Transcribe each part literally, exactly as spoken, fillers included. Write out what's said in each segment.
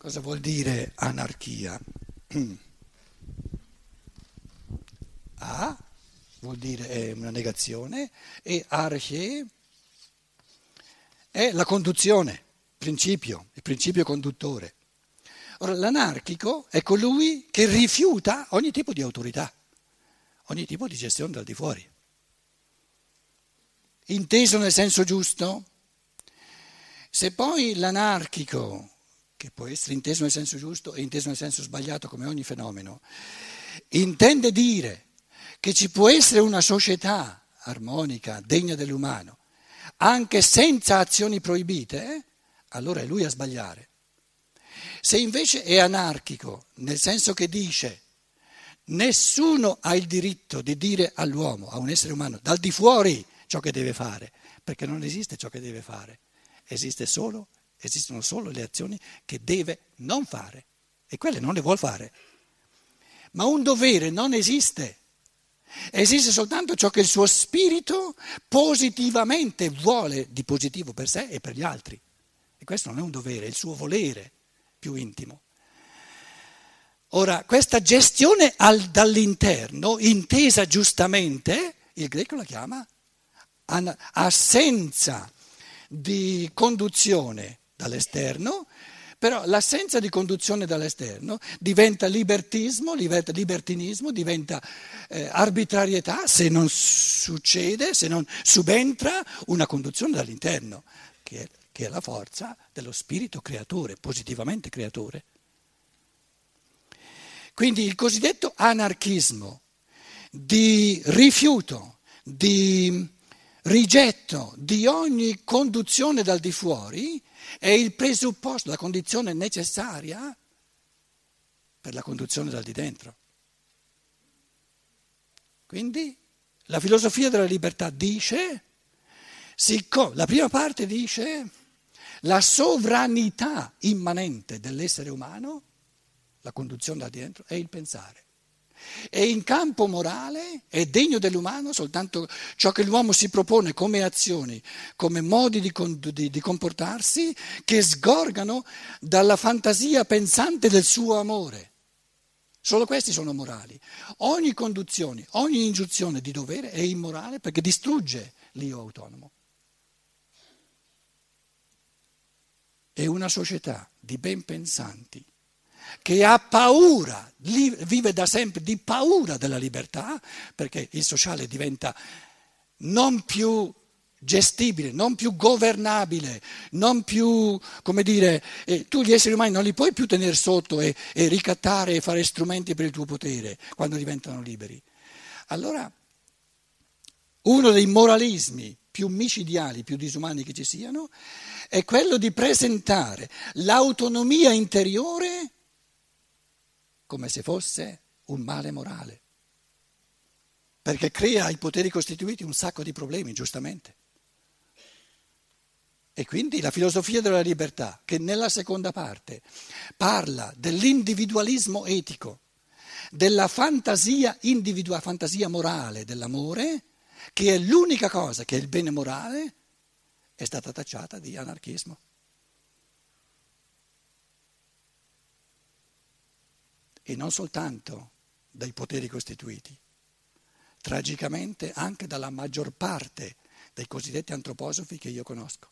Cosa vuol dire anarchia? A vuol dire è una negazione e arche è la conduzione, principio, il principio conduttore. Ora, l'anarchico è colui che rifiuta ogni tipo di autorità, ogni tipo di gestione dal di fuori. Inteso nel senso giusto? Se poi l'anarchico, che può essere inteso nel senso giusto e inteso nel senso sbagliato come ogni fenomeno, intende dire che ci può essere una società armonica, degna dell'umano, anche senza azioni proibite, eh? Allora è lui a sbagliare. Se invece è anarchico, nel senso che dice nessuno ha il diritto di dire all'uomo, a un essere umano, dal di fuori ciò che deve fare, perché non esiste ciò che deve fare, esiste solo, esistono solo le azioni che deve non fare e quelle non le vuol fare. Ma un dovere non esiste, esiste soltanto ciò che il suo spirito positivamente vuole di positivo per sé e per gli altri. E questo non è un dovere, è il suo volere più intimo. Ora, questa gestione al, dall'interno, intesa giustamente, il greco la chiama an- assenza di conduzione dall'esterno, però l'assenza di conduzione dall'esterno diventa libertismo, diventa libertinismo, diventa eh, arbitrarietà se non succede, se non subentra una conduzione dall'interno, che è, che è la forza dello spirito creatore, positivamente creatore. Quindi il cosiddetto anarchismo di rifiuto, di rigetto di ogni conduzione dal di fuori è il presupposto, la condizione necessaria per la conduzione dal di dentro. Quindi la filosofia della libertà dice, siccome, la prima parte dice la sovranità immanente dell'essere umano, la conduzione da dentro, è il pensare. E in campo morale è degno dell'umano soltanto ciò che l'uomo si propone come azioni, come modi di, di, di comportarsi che sgorgano dalla fantasia pensante del suo amore. Solo questi sono morali. Ogni conduzione, ogni ingiunzione di dovere è immorale perché distrugge l'io autonomo. E una società di ben pensanti che ha paura, vive da sempre di paura della libertà, perché il sociale diventa non più gestibile, non più governabile, non più, come dire, eh, tu gli esseri umani non li puoi più tenere sotto e, e ricattare e fare strumenti per il tuo potere quando diventano liberi. Allora, uno dei moralismi più micidiali, più disumani che ci siano, è quello di presentare l'autonomia interiore come se fosse un male morale, perché crea ai poteri costituiti un sacco di problemi, giustamente. E quindi la filosofia della libertà, che nella seconda parte parla dell'individualismo etico, della fantasia individuale, fantasia morale dell'amore, che è l'unica cosa che è il bene morale, è stata tacciata di anarchismo. E non soltanto dai poteri costituiti, tragicamente anche dalla maggior parte dei cosiddetti antroposofi che io conosco.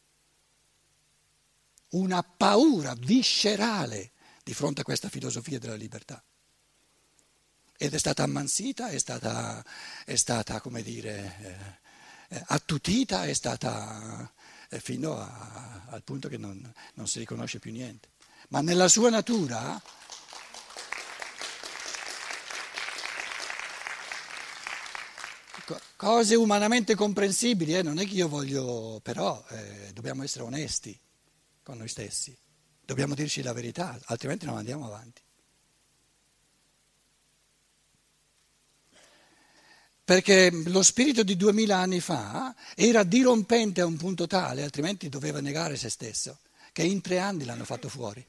Una paura viscerale di fronte a questa filosofia della libertà. Ed è stata ammansita, è stata, è stata come dire, eh, attutita, è stata eh, fino a, al punto che non, non si riconosce più niente. Ma nella sua natura cose umanamente comprensibili, eh? Non è che io voglio, però eh, dobbiamo essere onesti con noi stessi, dobbiamo dirci la verità, altrimenti non andiamo avanti. Perché lo spirito di duemila anni fa era dirompente a un punto tale, altrimenti doveva negare se stesso, che in tre anni l'hanno fatto fuori.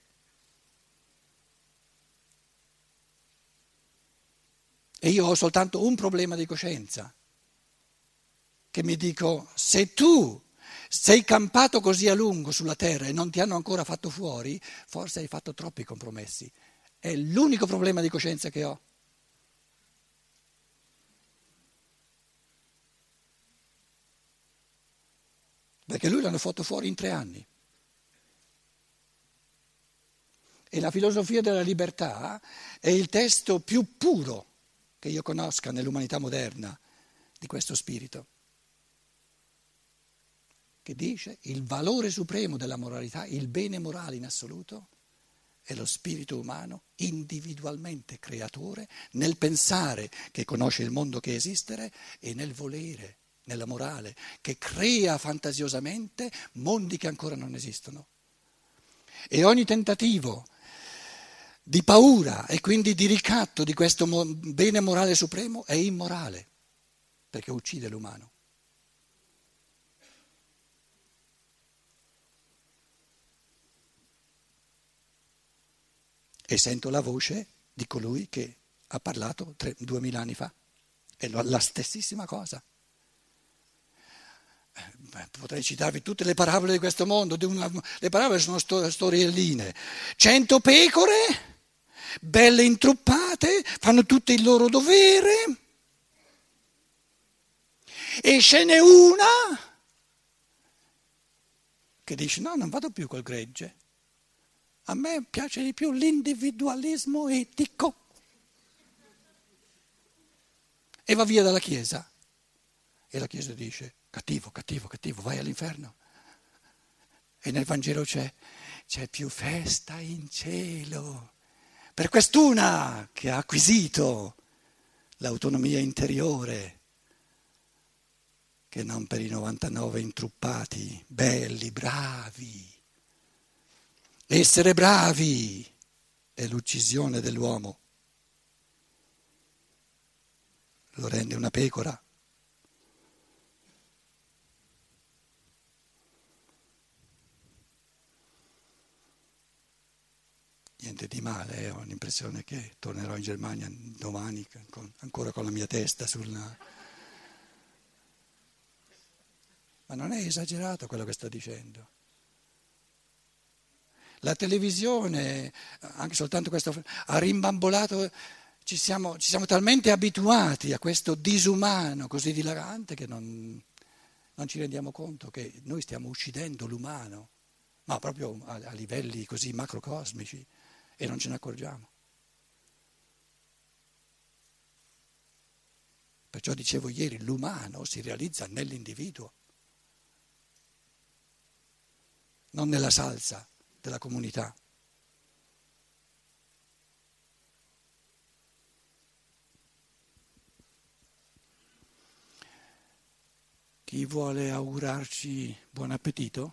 E io ho soltanto un problema di coscienza, che mi dico, se tu sei campato così a lungo sulla terra e non ti hanno ancora fatto fuori, forse hai fatto troppi compromessi. È l'unico problema di coscienza che ho. Perché lui l'hanno fatto fuori in tre anni. E la filosofia della libertà è il testo più puro che io conosca nell'umanità moderna di questo spirito, che dice il valore supremo della moralità, il bene morale in assoluto, è lo spirito umano individualmente creatore nel pensare che conosce il mondo che esistere e nel volere, nella morale, che crea fantasiosamente mondi che ancora non esistono. E ogni tentativo di paura e quindi di ricatto di questo bene morale supremo è immorale, perché uccide l'umano. E sento la voce di colui che ha parlato tre, duemila anni fa. È la stessissima cosa. Potrei citarvi tutte le parabole di questo mondo. Di una, le parabole sono sto, storielline. Cento pecore, belle intruppate, fanno tutto il loro dovere. E ce n'è una che dice: no, non vado più col gregge. A me piace di più l'individualismo etico. E va via dalla Chiesa. E la Chiesa dice: cattivo, cattivo, cattivo, vai all'inferno. E nel Vangelo c'è, c'è più festa in cielo per quest'una che ha acquisito l'autonomia interiore, che non per i novantanove intruppati, belli, bravi. Essere bravi è l'uccisione dell'uomo, lo rende una pecora. Niente di male, eh? Ho l'impressione che tornerò in Germania domani con, ancora con la mia testa sulla... Ma non è esagerato quello che sto dicendo. La televisione, anche soltanto questo, ha rimbambolato, ci siamo, ci siamo talmente abituati a questo disumano così dilagante che non, non ci rendiamo conto che noi stiamo uccidendo l'umano, ma proprio a, a livelli così macrocosmici, e non ce ne accorgiamo. Perciò dicevo ieri, l'umano si realizza nell'individuo, non nella salsa della comunità. Chi vuole augurarci buon appetito?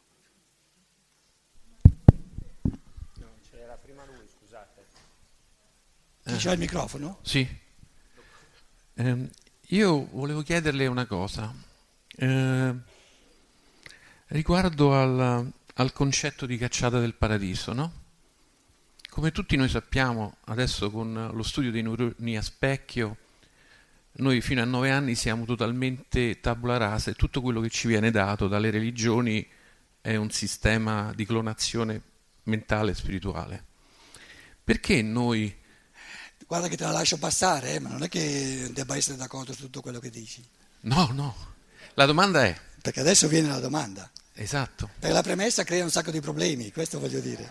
No, c'era prima lui, scusate. Chi c'ha il microfono? Sì. Eh, io volevo chiederle una cosa. Eh, riguardo al, al concetto di cacciata del paradiso, no? Come tutti noi sappiamo, adesso con lo studio dei neuroni a specchio, noi fino a nove anni siamo totalmente tabula rasa e tutto quello che ci viene dato dalle religioni è un sistema di clonazione mentale e spirituale. Perché noi... Guarda che te la lascio passare, eh, ma non è che debba essere d'accordo su tutto quello che dici. No, no. La domanda è... Perché adesso viene la domanda. Esatto. Perché la premessa crea un sacco di problemi, questo voglio dire.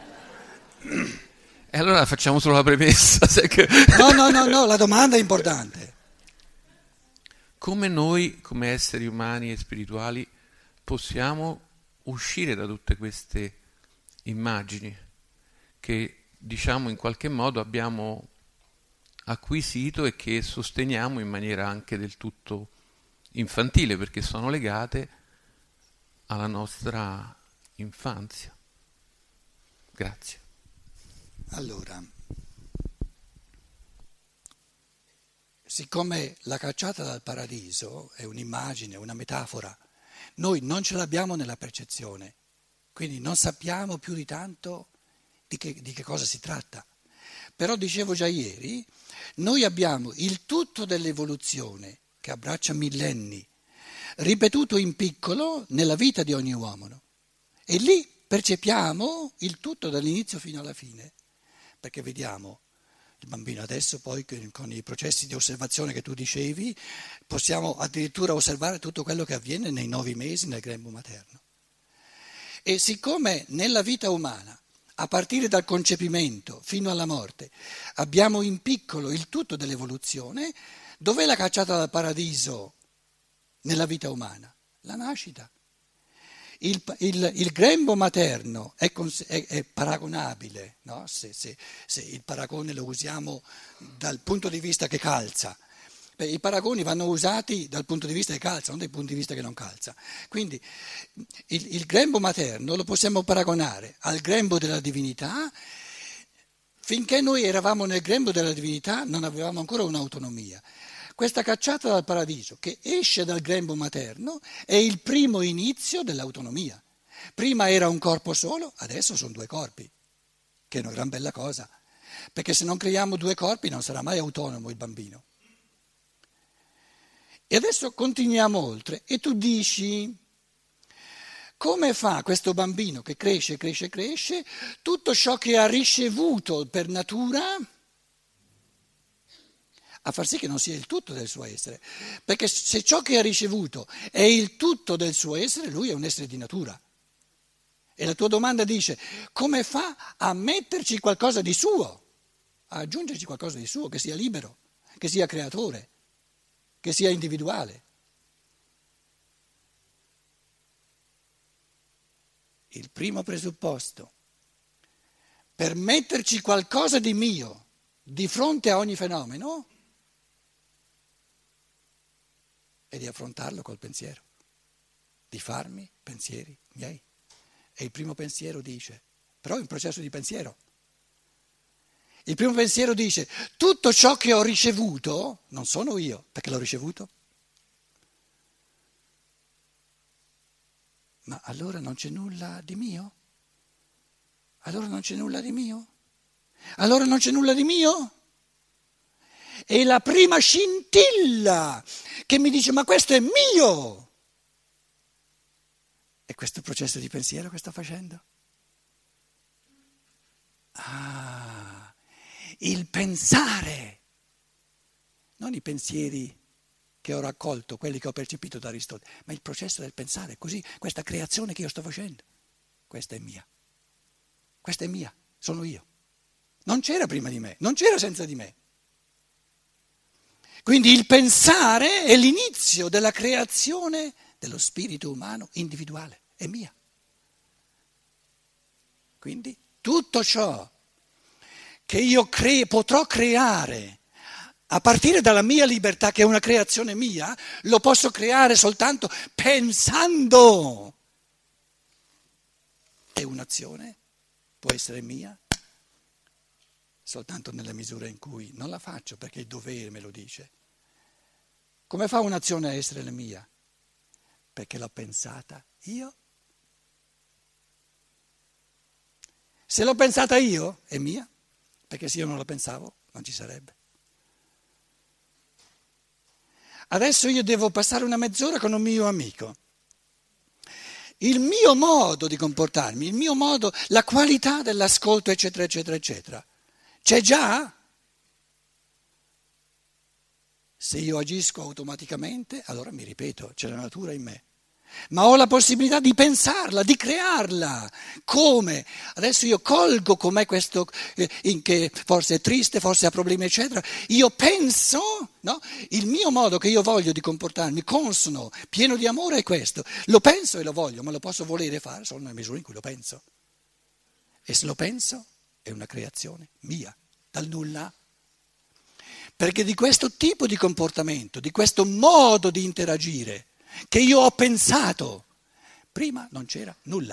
E allora facciamo solo la premessa. Che... No, no, no, no, la domanda è importante. Come noi, come esseri umani e spirituali, possiamo uscire da tutte queste immagini che, diciamo, in qualche modo abbiamo acquisito e che sosteniamo in maniera anche del tutto infantile, perché sono legate alla nostra infanzia. Grazie. Allora, siccome la cacciata dal paradiso è un'immagine, una metafora, noi non ce l'abbiamo nella percezione, quindi non sappiamo più di tanto di che, di che cosa si tratta. Però dicevo già ieri, noi abbiamo il tutto dell'evoluzione che abbraccia millenni, ripetuto in piccolo nella vita di ogni uomo. No? E lì percepiamo il tutto dall'inizio fino alla fine, perché vediamo il bambino adesso poi con i processi di osservazione che tu dicevi, possiamo addirittura osservare tutto quello che avviene nei nove mesi nel grembo materno. E siccome nella vita umana, a partire dal concepimento fino alla morte, abbiamo in piccolo il tutto dell'evoluzione, dov'è la cacciata dal paradiso nella vita umana? La nascita. Il, il, il grembo materno è, è, è paragonabile, no? se, se, se il paragone lo usiamo dal punto di vista che calza. Beh, i paragoni vanno usati dal punto di vista che calza, non dal punto di vista che non calza. Quindi il, il grembo materno lo possiamo paragonare al grembo della divinità. Finché noi eravamo nel grembo della divinità non avevamo ancora un'autonomia. Questa cacciata dal paradiso che esce dal grembo materno è il primo inizio dell'autonomia. Prima era un corpo solo, adesso sono due corpi, che è una gran bella cosa, perché se non creiamo due corpi non sarà mai autonomo il bambino. E adesso continuiamo oltre e tu dici, come fa questo bambino che cresce, cresce, cresce, tutto ciò che ha ricevuto per natura a far sì che non sia il tutto del suo essere, perché se ciò che ha ricevuto è il tutto del suo essere, lui è un essere di natura. E la tua domanda dice, come fa a metterci qualcosa di suo, a aggiungerci qualcosa di suo, che sia libero, che sia creatore, che sia individuale? Il primo presupposto per metterci qualcosa di mio di fronte a ogni fenomeno è di affrontarlo col pensiero, di farmi pensieri miei. E il primo pensiero dice, però è un processo di pensiero. Il primo pensiero dice, tutto ciò che ho ricevuto non sono io, perché l'ho ricevuto. Ma allora non c'è nulla di mio? Allora non c'è nulla di mio? Allora non c'è nulla di mio? E la prima scintilla che mi dice, ma questo è mio! E questo processo di pensiero che sto facendo? Ah, il pensare, non i pensieri che ho raccolto, quelli che ho percepito da Aristotele, ma il processo del pensare, così, questa creazione che io sto facendo, questa è mia, questa è mia, sono io. Non c'era prima di me, non c'era senza di me. Quindi il pensare è l'inizio della creazione dello spirito umano individuale, è mia. Quindi tutto ciò che io cre- potrò creare a partire dalla mia libertà, che è una creazione mia, lo posso creare soltanto pensando. E un'azione può essere mia soltanto nella misura in cui non la faccio, perché il dovere me lo dice. Come fa un'azione a essere la mia? Perché l'ho pensata io. Se l'ho pensata io, è mia, perché se io non la pensavo, non ci sarebbe. Adesso io devo passare una mezz'ora con un mio amico. Il mio modo di comportarmi, il mio modo, la qualità dell'ascolto, eccetera, eccetera, eccetera, c'è già? Se io agisco automaticamente, allora mi ripeto, c'è la natura in me. Ma ho la possibilità di pensarla, di crearla. Come? Adesso io colgo com'è questo, eh, in che forse è triste, forse ha problemi, eccetera. Io penso, no? Il mio modo che io voglio di comportarmi, consono, pieno di amore è questo. Lo penso e lo voglio, ma lo posso volere fare solo nella misura in cui lo penso. E se lo penso è una creazione mia, dal nulla. Perché di questo tipo di comportamento, di questo modo di interagire, che io ho pensato, prima non c'era nulla.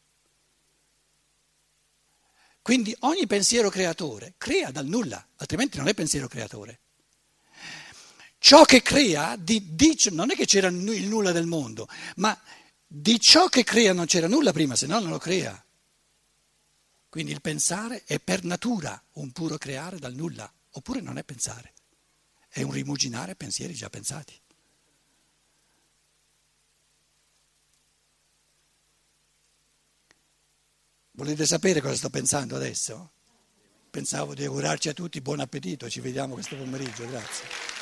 Quindi ogni pensiero creatore crea dal nulla, altrimenti non è pensiero creatore. Ciò che crea, di, di, non è che c'era il nulla del mondo, ma di ciò che crea non c'era nulla prima, se no non lo crea. Quindi il pensare è per natura un puro creare dal nulla, oppure non è pensare, è un rimuginare pensieri già pensati. Volete sapere cosa sto pensando adesso? Pensavo di augurarci a tutti buon appetito, ci vediamo questo pomeriggio, grazie.